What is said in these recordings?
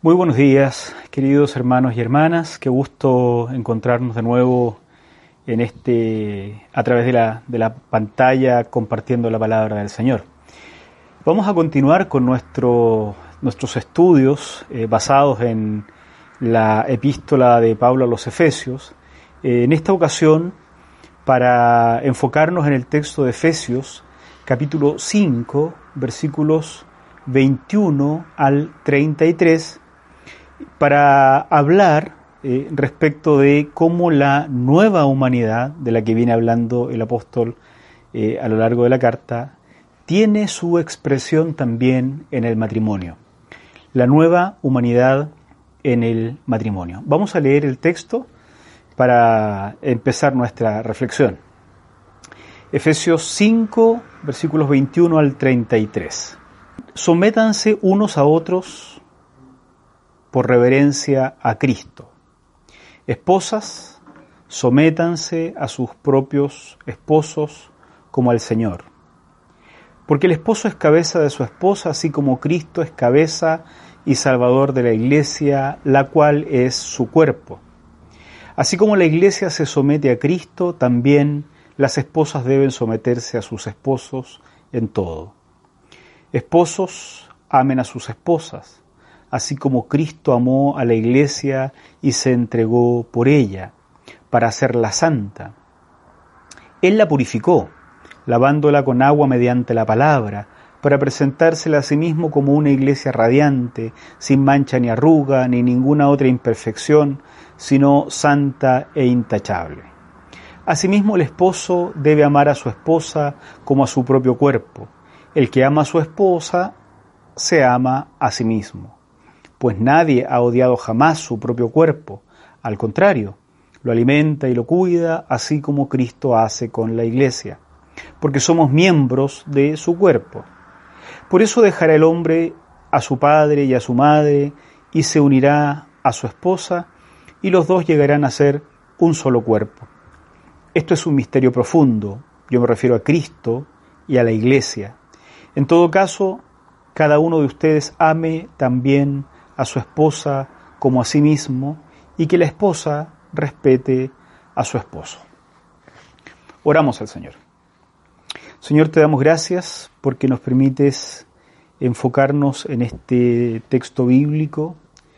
Muy buenos días, queridos hermanos y hermanas. Qué gusto encontrarnos de nuevo a través de la pantalla compartiendo la palabra del Señor. Vamos a continuar con nuestros estudios basados en la epístola de Pablo a los Efesios. En esta ocasión, para enfocarnos en el texto de Efesios, capítulo 5, versículos 21 al 33, para hablar respecto de cómo la nueva humanidad, de la que viene hablando el apóstol a lo largo de la carta, tiene su expresión también en el matrimonio. La nueva humanidad en el matrimonio. Vamos a leer el texto para empezar nuestra reflexión. Efesios 5, versículos 21 al 33. Sométanse unos a otros por reverencia a Cristo. Esposas, sométanse a sus propios esposos como al Señor. Porque el esposo es cabeza de su esposa, así como Cristo es cabeza y salvador de la iglesia, la cual es su cuerpo. Así como la iglesia se somete a Cristo, también las esposas deben someterse a sus esposos en todo. Esposos, amen a sus esposas, así como Cristo amó a la iglesia y se entregó por ella, para hacerla santa. Él la purificó, lavándola con agua mediante la palabra, para presentársela a sí mismo como una iglesia radiante, sin mancha ni arruga, ni ninguna otra imperfección, sino santa e intachable. Asimismo, el esposo debe amar a su esposa como a su propio cuerpo. El que ama a su esposa se ama a sí mismo. Pues nadie ha odiado jamás su propio cuerpo. Al contrario, lo alimenta y lo cuida, así como Cristo hace con la iglesia, porque somos miembros de su cuerpo. Por eso dejará el hombre a su padre y a su madre, y se unirá a su esposa, y los dos llegarán a ser un solo cuerpo. Esto es un misterio profundo. Yo me refiero a Cristo y a la iglesia. En todo caso, cada uno de ustedes ame también a su esposa como a sí mismo, y que la esposa respete a su esposo. Oramos al Señor. Señor, te damos gracias porque nos permites enfocarnos en este texto bíblico.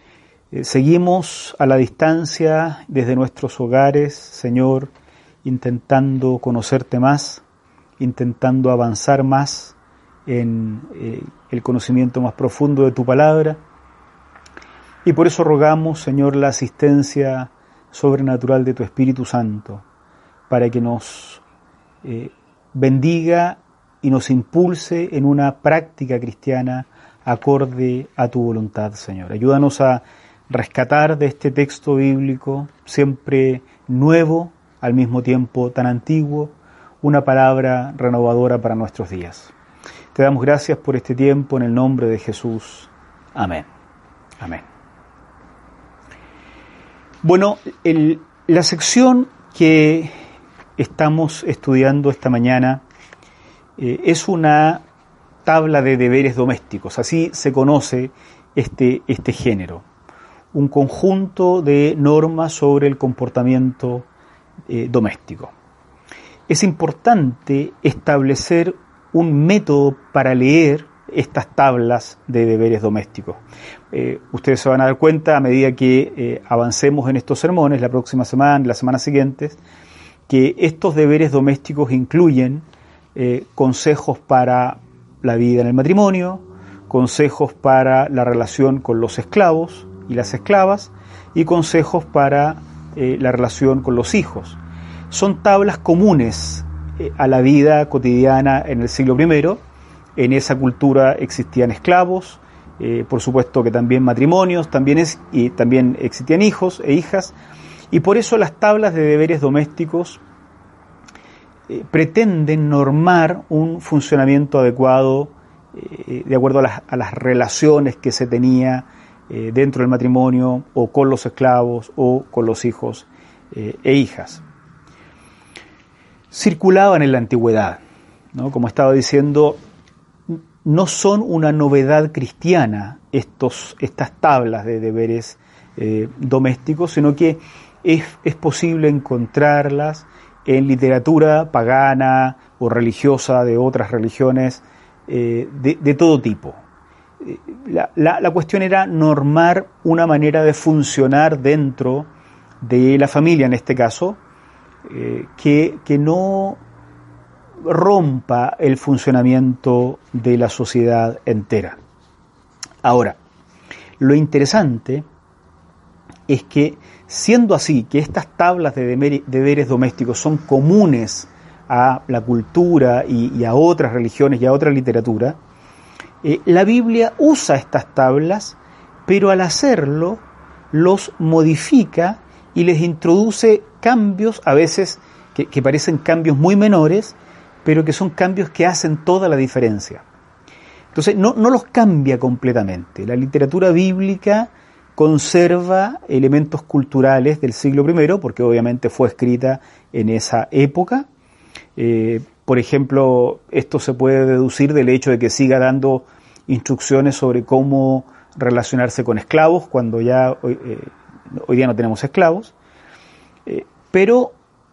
Seguimos a la distancia desde nuestros hogares, Señor, intentando conocerte más, intentando avanzar más en el conocimiento más profundo de tu palabra. Y por eso rogamos, Señor, la asistencia sobrenatural de tu Espíritu Santo, para que nos bendiga y nos impulse en una práctica cristiana acorde a tu voluntad, Señor. Ayúdanos a rescatar de este texto bíblico, siempre nuevo, al mismo tiempo tan antiguo, una palabra renovadora para nuestros días. Te damos gracias por este tiempo en el nombre de Jesús. Amén. Amén. Bueno, la sección que estamos estudiando esta mañana es una tabla de deberes domésticos, así se conoce este género, un conjunto de normas sobre el comportamiento doméstico. Es importante establecer un método para leer estas tablas de deberes domésticos. Ustedes se van a dar cuenta a medida que avancemos en estos sermones, la próxima semana, las semanas siguientes, que estos deberes domésticos incluyen consejos para la vida en el matrimonio, consejos para la relación con los esclavos y las esclavas, y consejos para la relación con los hijos. Son tablas comunes a la vida cotidiana en el siglo I. En esa cultura existían esclavos, por supuesto que también matrimonios, también existían hijos e hijas, y por eso las tablas de deberes domésticos pretenden normar un funcionamiento adecuado de acuerdo a las relaciones que se tenía dentro del matrimonio, o con los esclavos, o con los hijos e hijas. Circulaban en la antigüedad, ¿no? Como estaba diciendo, no son una novedad cristiana estas tablas de deberes domésticos, sino que es posible encontrarlas en literatura pagana o religiosa de otras religiones de todo tipo. La cuestión era normar una manera de funcionar dentro de la familia, en este caso, que no rompa el funcionamiento de la sociedad entera. Ahora, lo interesante es que, siendo así, que estas tablas de deberes domésticos son comunes a la cultura y a otras religiones y a otra literatura, la Biblia usa estas tablas, pero al hacerlo los modifica y les introduce cambios, a veces que parecen cambios muy menores, pero que son cambios que hacen toda la diferencia. Entonces no los cambia completamente. La literatura bíblica conserva elementos culturales del siglo I, porque obviamente fue escrita en esa época. Por ejemplo, esto se puede deducir del hecho de que siga dando instrucciones sobre cómo relacionarse con esclavos, cuando ya hoy día no tenemos esclavos, pero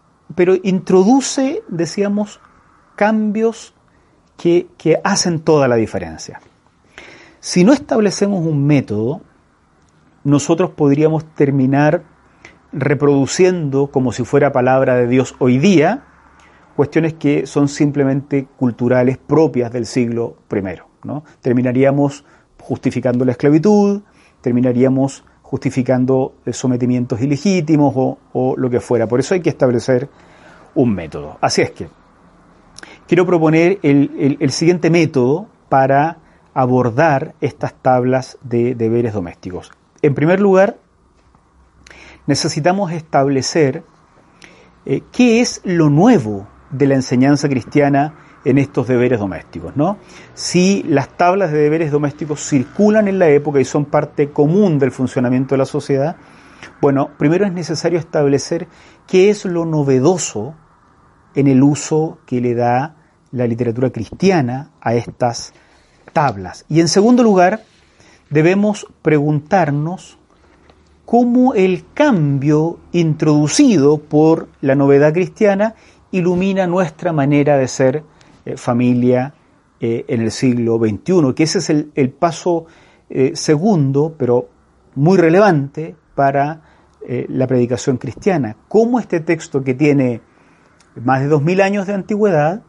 introduce, decíamos, cambios que hacen toda la diferencia. Si no establecemos un método, nosotros podríamos terminar reproduciendo, como si fuera palabra de Dios hoy día, cuestiones que son simplemente culturales propias del siglo I, ¿no? Terminaríamos justificando la esclavitud, terminaríamos justificando sometimientos ilegítimos o lo que fuera. Por eso hay que establecer un método. Así es que quiero proponer el siguiente método para abordar estas tablas de deberes domésticos. En primer lugar, necesitamos establecer qué es lo nuevo de la enseñanza cristiana en estos deberes domésticos, ¿no? Si las tablas de deberes domésticos circulan en la época y son parte común del funcionamiento de la sociedad, bueno, primero es necesario establecer qué es lo novedoso en el uso que le da la literatura cristiana a estas tablas. Y en segundo lugar, debemos preguntarnos cómo el cambio introducido por la novedad cristiana ilumina nuestra manera de ser familia en el siglo XXI, que ese es el paso segundo, pero muy relevante para la predicación cristiana. Cómo este texto, que tiene más de 2000 años de antigüedad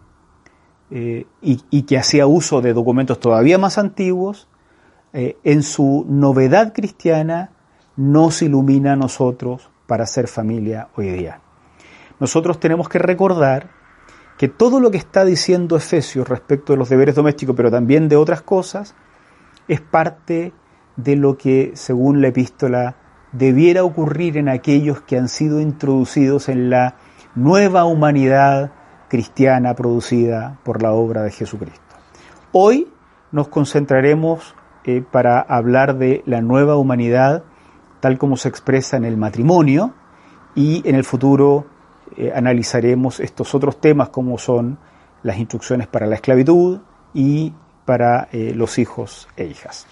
y que hacía uso de documentos todavía más antiguos, en su novedad cristiana nos ilumina a nosotros para ser familia hoy día. Nosotros tenemos que recordar que todo lo que está diciendo Efesios respecto de los deberes domésticos, pero también de otras cosas, es parte de lo que, según la epístola, debiera ocurrir en aquellos que han sido introducidos en la nueva humanidad cristiana producida por la obra de Jesucristo. Hoy nos concentraremos para hablar de la nueva humanidad tal como se expresa en el matrimonio, y en el futuro analizaremos estos otros temas como son las instrucciones para la esclavitud y para los hijos e hijas.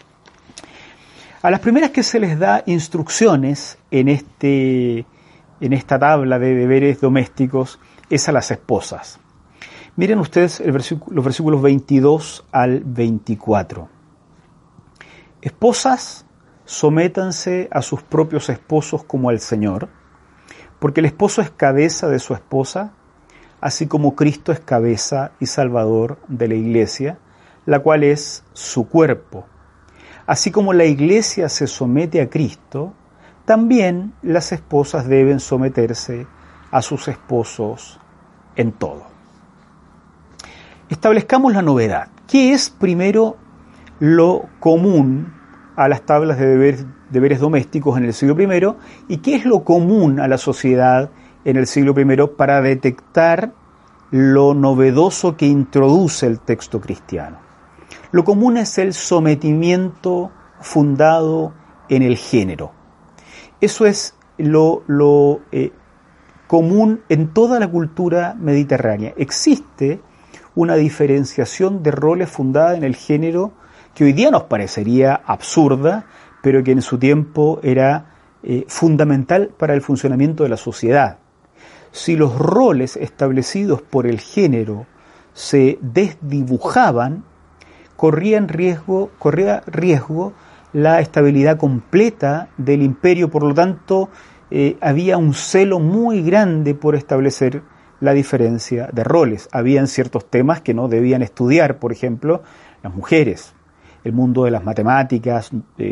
A las primeras que se les da instrucciones en esta tabla de deberes domésticos es a las esposas. Miren ustedes los versículos 22 al 24. Esposas, sométanse a sus propios esposos como al Señor, porque el esposo es cabeza de su esposa, así como Cristo es cabeza y Salvador de la Iglesia, la cual es su cuerpo. Así como la Iglesia se somete a Cristo, también las esposas deben someterse a sus esposos en todo. Establezcamos la novedad. ¿Qué es primero lo común a las tablas de deberes domésticos en el siglo I y qué es lo común a la sociedad en el siglo I para detectar lo novedoso que introduce el texto cristiano? Lo común es el sometimiento fundado en el género. Eso es lo común en toda la cultura mediterránea. Existe una diferenciación de roles fundada en el género que hoy día nos parecería absurda, pero que en su tiempo era fundamental para el funcionamiento de la sociedad. Si los roles establecidos por el género se desdibujaban, corría riesgo la estabilidad completa del imperio. Por lo tanto, había un celo muy grande por establecer la diferencia de roles. Habían ciertos temas que no debían estudiar, por ejemplo, las mujeres, el mundo de las matemáticas,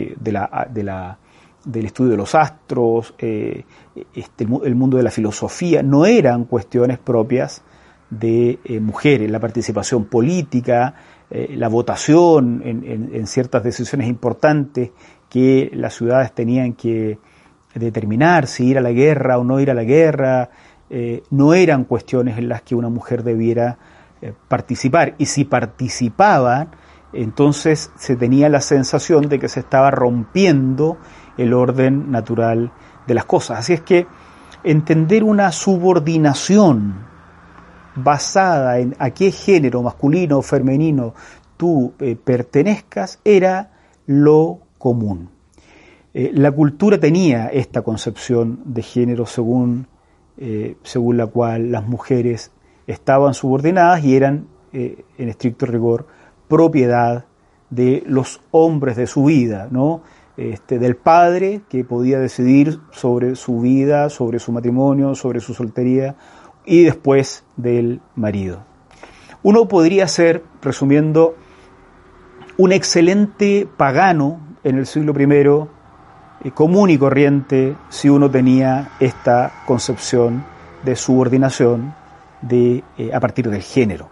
del estudio de los astros, el mundo de la filosofía, no eran cuestiones propias de mujeres. La participación política, la votación en ciertas decisiones importantes que las ciudades tenían que determinar, si ir a la guerra o no ir a la guerra, no eran cuestiones en las que una mujer debiera participar. Y si participaban, entonces se tenía la sensación de que se estaba rompiendo el orden natural de las cosas. Así es que entender una subordinación basada en a qué género, masculino o femenino, tú pertenezcas, era lo común. La cultura tenía esta concepción de género según la cual las mujeres estaban subordinadas y eran, en estricto rigor, propiedad de los hombres de su vida, ¿no? Del padre, que podía decidir sobre su vida, sobre su matrimonio, sobre su soltería, y después del marido. Uno podría ser, resumiendo, un excelente pagano en el siglo I, común y corriente, si uno tenía esta concepción de subordinación a partir del género.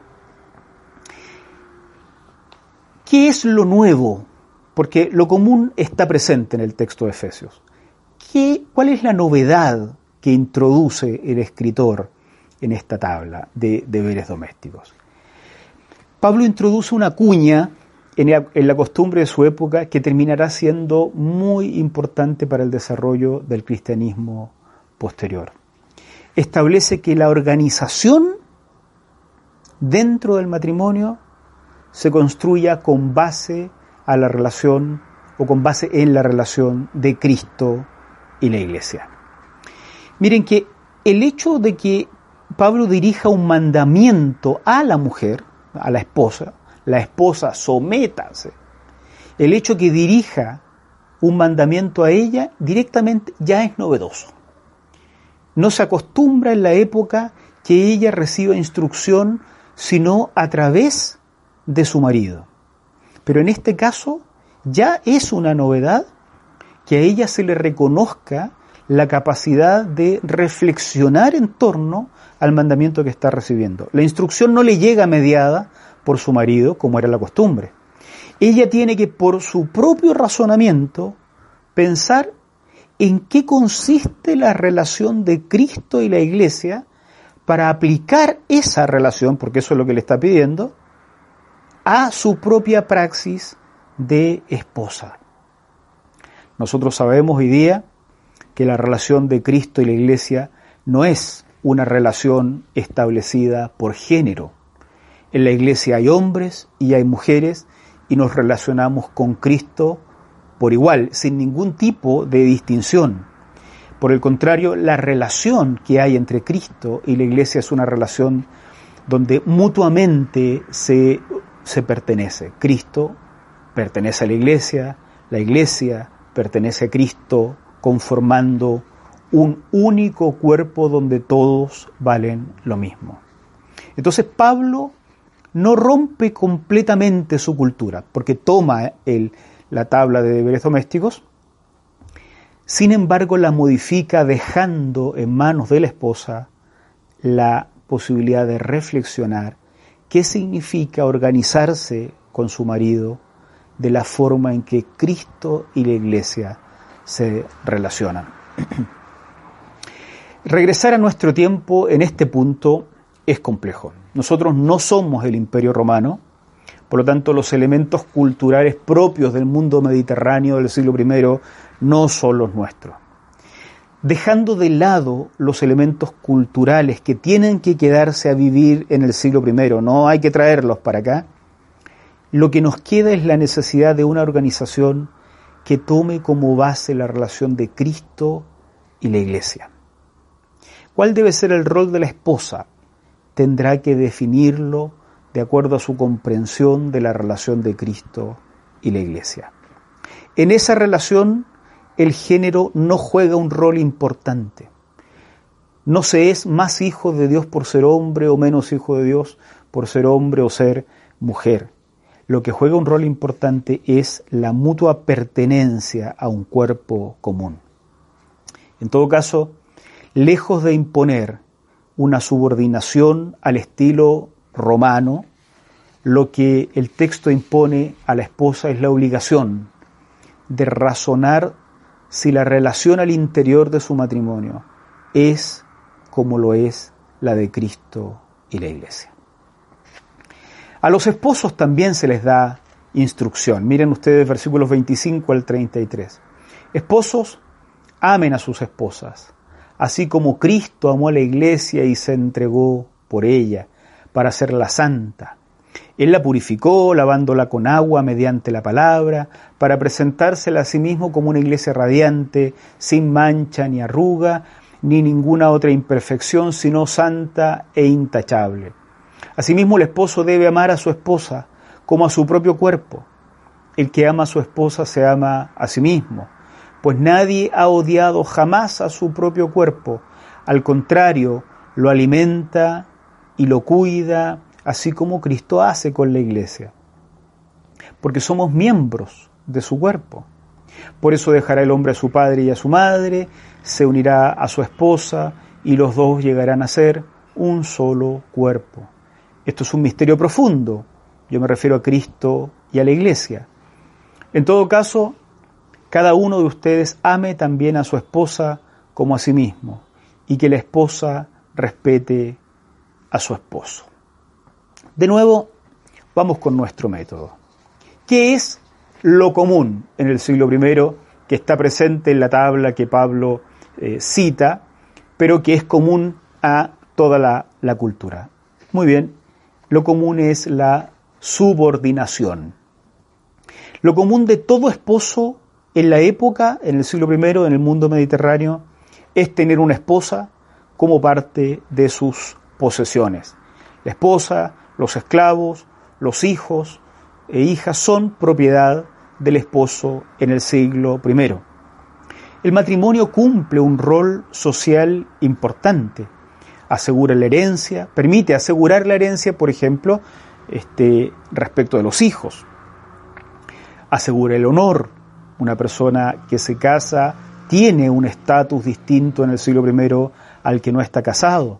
¿Qué es lo nuevo? Porque lo común está presente en el texto de Efesios. ¿Cuál es la novedad que introduce el escritor en esta tabla de deberes domésticos? Pablo introduce una cuña en la costumbre de su época que terminará siendo muy importante para el desarrollo del cristianismo posterior. Establece que la organización dentro del matrimonio se construya con base a la relación o con base en la relación de Cristo y la Iglesia. Miren que el hecho de que Pablo dirija un mandamiento a la mujer, a la esposa sométase, el hecho que dirija un mandamiento a ella directamente ya es novedoso. No se acostumbra en la época que ella reciba instrucción sino a través de su marido. Pero en este caso ya es una novedad que a ella se le reconozca la capacidad de reflexionar en torno al mandamiento que está recibiendo. La instrucción no le llega mediada por su marido, como era la costumbre. Ella tiene que, por su propio razonamiento, pensar en qué consiste la relación de Cristo y la Iglesia para aplicar esa relación, porque eso es lo que le está pidiendo, a su propia praxis de esposa. Nosotros sabemos hoy día que la relación de Cristo y la Iglesia no es una relación establecida por género. En la Iglesia hay hombres y hay mujeres y nos relacionamos con Cristo por igual, sin ningún tipo de distinción. Por el contrario, la relación que hay entre Cristo y la Iglesia es una relación donde mutuamente se pertenece. Cristo pertenece a la Iglesia pertenece a Cristo, conformando un único cuerpo donde todos valen lo mismo. Entonces Pablo no rompe completamente su cultura, porque toma la tabla de deberes domésticos, sin embargo la modifica dejando en manos de la esposa la posibilidad de reflexionar qué significa organizarse con su marido de la forma en que Cristo y la Iglesia se relacionan. Regresar a nuestro tiempo en este punto es complejo. Nosotros no somos el Imperio Romano, por lo tanto los elementos culturales propios del mundo mediterráneo del siglo I no son los nuestros. dejando de lado los elementos culturales que tienen que quedarse a vivir en el siglo I, no hay que traerlos para acá, lo que nos queda es la necesidad de una organización que tome como base la relación de Cristo y la Iglesia. ¿Cuál debe ser el rol de la esposa? Tendrá que definirlo de acuerdo a su comprensión de la relación de Cristo y la Iglesia. En esa relación, el género no juega un rol importante. No se es más hijo de Dios por ser hombre o menos hijo de Dios por ser hombre o ser mujer. Lo que juega un rol importante es la mutua pertenencia a un cuerpo común. En todo caso, lejos de imponer una subordinación al estilo romano, lo que el texto impone a la esposa es la obligación de razonar si la relación al interior de su matrimonio es como lo es la de Cristo y la Iglesia. A los esposos también se les da instrucción. Miren ustedes versículos 25 al 33. Esposos, amen a sus esposas, así como Cristo amó a la Iglesia y se entregó por ella, para hacerla santa. Él la purificó, lavándola con agua mediante la palabra, para presentársela a sí mismo como una iglesia radiante, sin mancha ni arruga, ni ninguna otra imperfección, sino santa e intachable. Asimismo, el esposo debe amar a su esposa como a su propio cuerpo. El que ama a su esposa se ama a sí mismo, pues nadie ha odiado jamás a su propio cuerpo. Al contrario, lo alimenta y lo cuida, así como Cristo hace con la iglesia, porque somos miembros de su cuerpo. Por eso dejará el hombre a su padre y a su madre, se unirá a su esposa y los dos llegarán a ser un solo cuerpo. Esto es un misterio profundo, yo me refiero a Cristo y a la iglesia. En todo caso, cada uno de ustedes ame también a su esposa como a sí mismo, y que la esposa respete a su esposo. De nuevo, vamos con nuestro método. ¿Qué es lo común en el siglo I que está presente en la tabla que Pablo cita, pero que es común a toda la cultura? Muy bien, lo común es la subordinación. Lo común de todo esposo en la época, en el siglo I, en el mundo mediterráneo, es tener una esposa como parte de sus posesiones. La esposa, los esclavos, los hijos e hijas son propiedad del esposo en el siglo I. El matrimonio cumple un rol social importante. Asegura la herencia, permite asegurar la herencia, por ejemplo, respecto de los hijos. Asegura el honor. Una persona que se casa tiene un estatus distinto en el siglo I al que no está casado.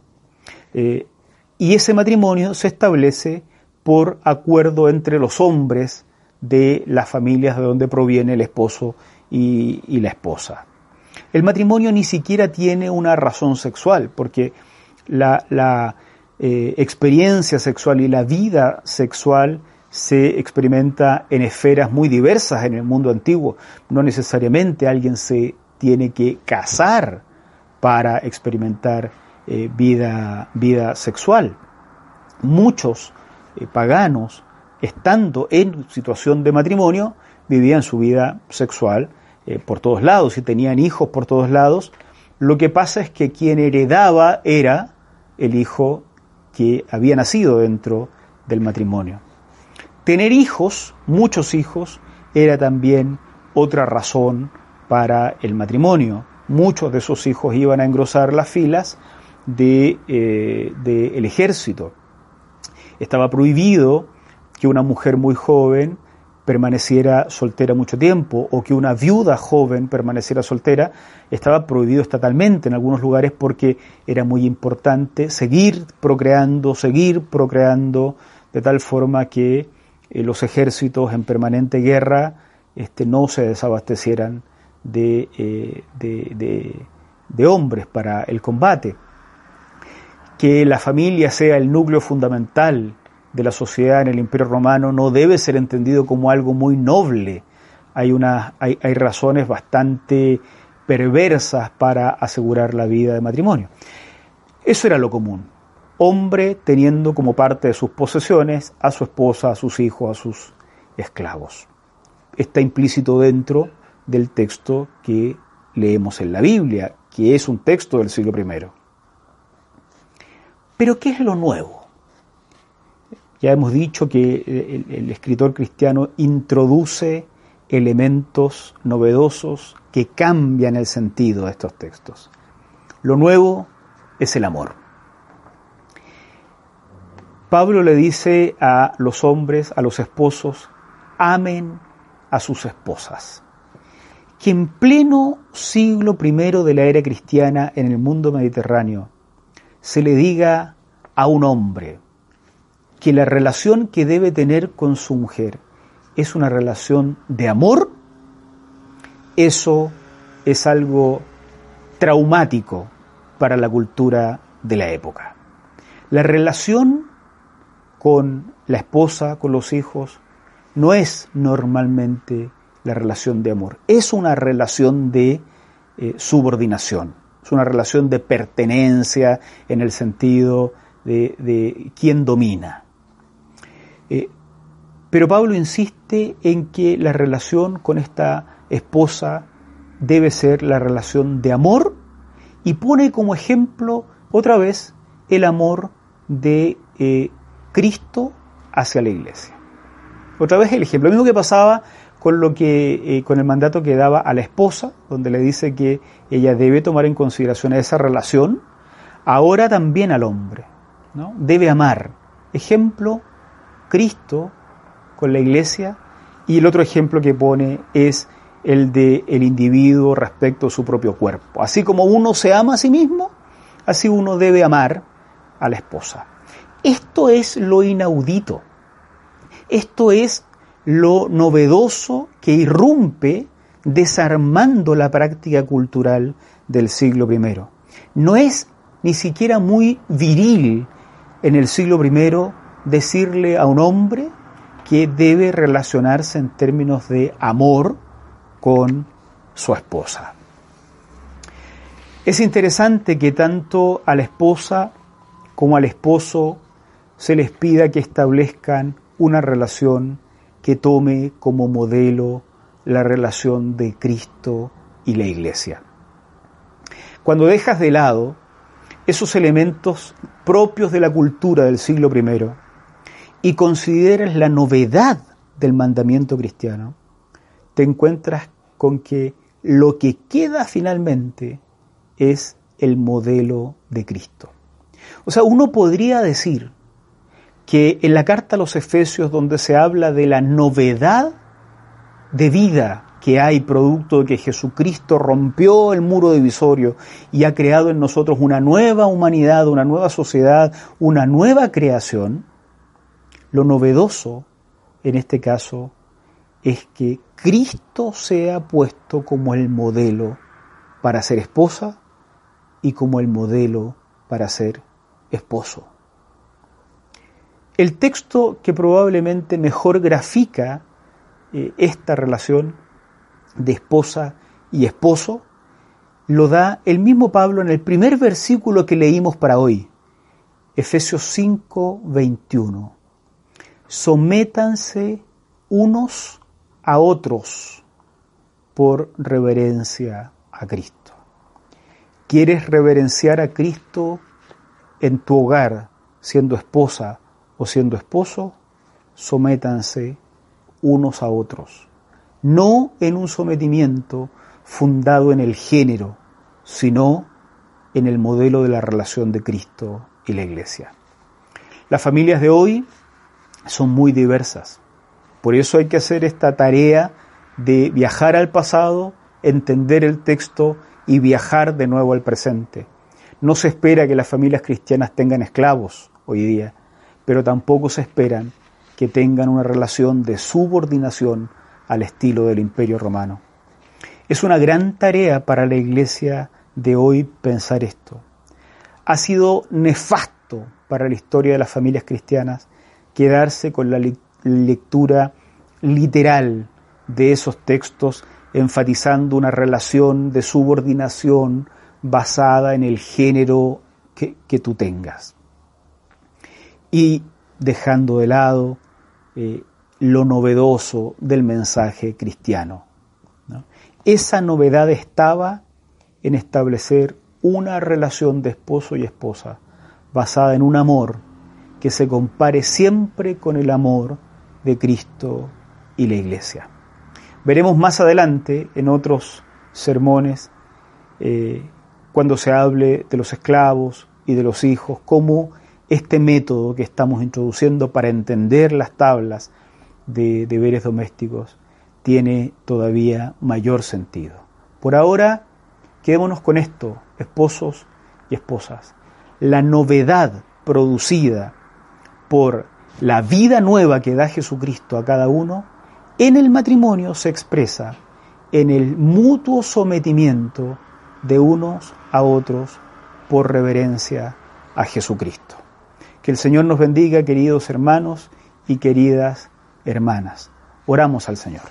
Y ese matrimonio se establece por acuerdo entre los hombres de las familias de donde proviene el esposo y la esposa. El matrimonio ni siquiera tiene una razón sexual, porque la experiencia sexual y la vida sexual se experimenta en esferas muy diversas en el mundo antiguo. No necesariamente alguien se tiene que casar para experimentar vida sexual. Muchos paganos, estando en situación de matrimonio, vivían su vida sexual por todos lados y tenían hijos por todos lados. Lo que pasa es que quien heredaba era el hijo que había nacido dentro del matrimonio. Tener hijos, muchos hijos, era también otra razón para el matrimonio. Muchos de esos hijos iban a engrosar las filas del ejército. Estaba prohibido que una mujer muy joven permaneciera soltera mucho tiempo, o que una viuda joven permaneciera soltera. Estaba prohibido estatalmente en algunos lugares porque era muy importante seguir procreando, de tal forma que los ejércitos en permanente guerra no se desabastecieran de hombres para el combate. Que la familia sea el núcleo fundamental de la sociedad en el Imperio Romano no debe ser entendido como algo muy noble. Hay razones bastante perversas para asegurar la vida de matrimonio. Eso era lo común. Hombre teniendo como parte de sus posesiones a su esposa, a sus hijos, a sus esclavos. Está implícito dentro del texto que leemos en la Biblia, que es un texto del siglo I. Pero ¿qué es lo nuevo? Ya hemos dicho que el escritor cristiano introduce elementos novedosos que cambian el sentido de estos textos. Lo nuevo es el amor. Pablo le dice a los hombres, a los esposos, amen a sus esposas. Que en pleno siglo I de la era cristiana en el mundo mediterráneo se le diga a un hombre que la relación que debe tener con su mujer es una relación de amor, eso es algo traumático para la cultura de la época. La relación con la esposa, con los hijos, no es normalmente la relación de amor, es una relación de subordinación, es una relación de pertenencia en el sentido de quién domina. Pero Pablo insiste en que la relación con esta esposa debe ser la relación de amor y pone como ejemplo otra vez el amor de Cristo hacia la iglesia. Otra vez el ejemplo, lo mismo que pasaba con el mandato que daba a la esposa, donde le dice que ella debe tomar en consideración esa relación, ahora también al hombre, ¿no? Debe amar. Ejemplo, Cristo con la iglesia, y el otro ejemplo que pone es el de el individuo respecto a su propio cuerpo. Así como uno se ama a sí mismo, así uno debe amar a la esposa. Esto es lo inaudito. Esto es lo novedoso que irrumpe desarmando la práctica cultural del siglo I. No es ni siquiera muy viril en el siglo I decirle a un hombre que debe relacionarse en términos de amor con su esposa. Es interesante que tanto a la esposa como al esposo se les pida que establezcan una relación que tome como modelo la relación de Cristo y la Iglesia. Cuando dejas de lado esos elementos propios de la cultura del siglo I y consideras la novedad del mandamiento cristiano, te encuentras con que lo que queda finalmente es el modelo de Cristo. O sea, uno podría decir que en la carta a los Efesios, donde se habla de la novedad de vida que hay producto de que Jesucristo rompió el muro divisorio y ha creado en nosotros una nueva humanidad, una nueva sociedad, una nueva creación, lo novedoso en este caso es que Cristo sea puesto como el modelo para ser esposa y como el modelo para ser esposo. El texto que probablemente mejor grafica esta relación de esposa y esposo lo da el mismo Pablo en el primer versículo que leímos para hoy, Efesios 5:21. Sométanse unos a otros por reverencia a Cristo. ¿Quieres reverenciar a Cristo en tu hogar, siendo esposa o siendo esposo? Sométanse unos a otros. No en un sometimiento fundado en el género, sino en el modelo de la relación de Cristo y la Iglesia. Las familias de hoy son muy diversas. Por eso hay que hacer esta tarea de viajar al pasado, entender el texto y viajar de nuevo al presente. No se espera que las familias cristianas tengan esclavos hoy día, pero tampoco se esperan que tengan una relación de subordinación al estilo del Imperio Romano. Es una gran tarea para la Iglesia de hoy pensar esto. Ha sido nefasto para la historia de las familias cristianas quedarse con la lectura literal de esos textos enfatizando una relación de subordinación basada en el género que tú tengas. Y dejando de lado lo novedoso del mensaje cristiano, ¿no? Esa novedad estaba en establecer una relación de esposo y esposa basada en un amor que se compare siempre con el amor de Cristo y la Iglesia. Veremos más adelante en otros sermones, cuando se hable de los esclavos y de los hijos, cómo este método que estamos introduciendo para entender las tablas de deberes domésticos tiene todavía mayor sentido. Por ahora, quedémonos con esto, esposos y esposas. La novedad producida por la vida nueva que da Jesucristo a cada uno, en el matrimonio se expresa en el mutuo sometimiento de unos a otros por reverencia a Jesucristo. Que el Señor nos bendiga, queridos hermanos y queridas hermanas. Oramos al Señor.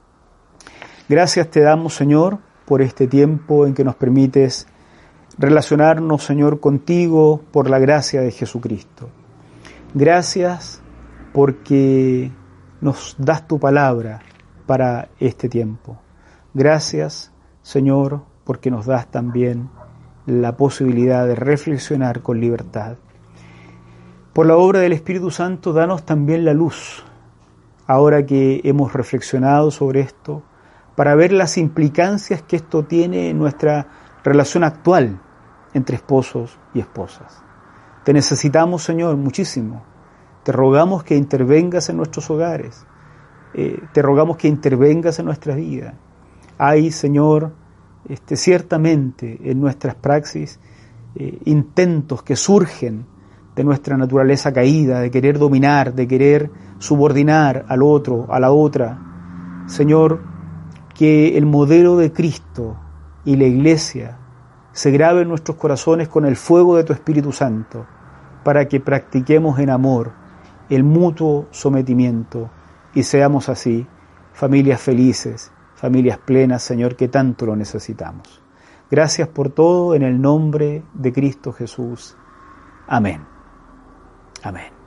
Gracias te damos, Señor, por este tiempo en que nos permites relacionarnos, Señor, contigo por la gracia de Jesucristo. Gracias porque nos das tu palabra para este tiempo. Gracias, Señor, porque nos das también la posibilidad de reflexionar con libertad. Por la obra del Espíritu Santo, danos también la luz, ahora que hemos reflexionado sobre esto, para ver las implicancias que esto tiene en nuestra relación actual entre esposos y esposas. Te necesitamos, Señor, muchísimo. Te rogamos que intervengas en nuestros hogares. Te rogamos que intervengas en nuestra vida. Hay, Señor, ciertamente en nuestras praxis intentos que surgen de nuestra naturaleza caída, de querer dominar, de querer subordinar al otro, a la otra. Señor, que el modelo de Cristo y la Iglesia se grabe en nuestros corazones con el fuego de tu Espíritu Santo, para que practiquemos en amor el mutuo sometimiento y seamos así familias felices, familias plenas, Señor, que tanto lo necesitamos. Gracias por todo, en el nombre de Cristo Jesús. Amén. Amén.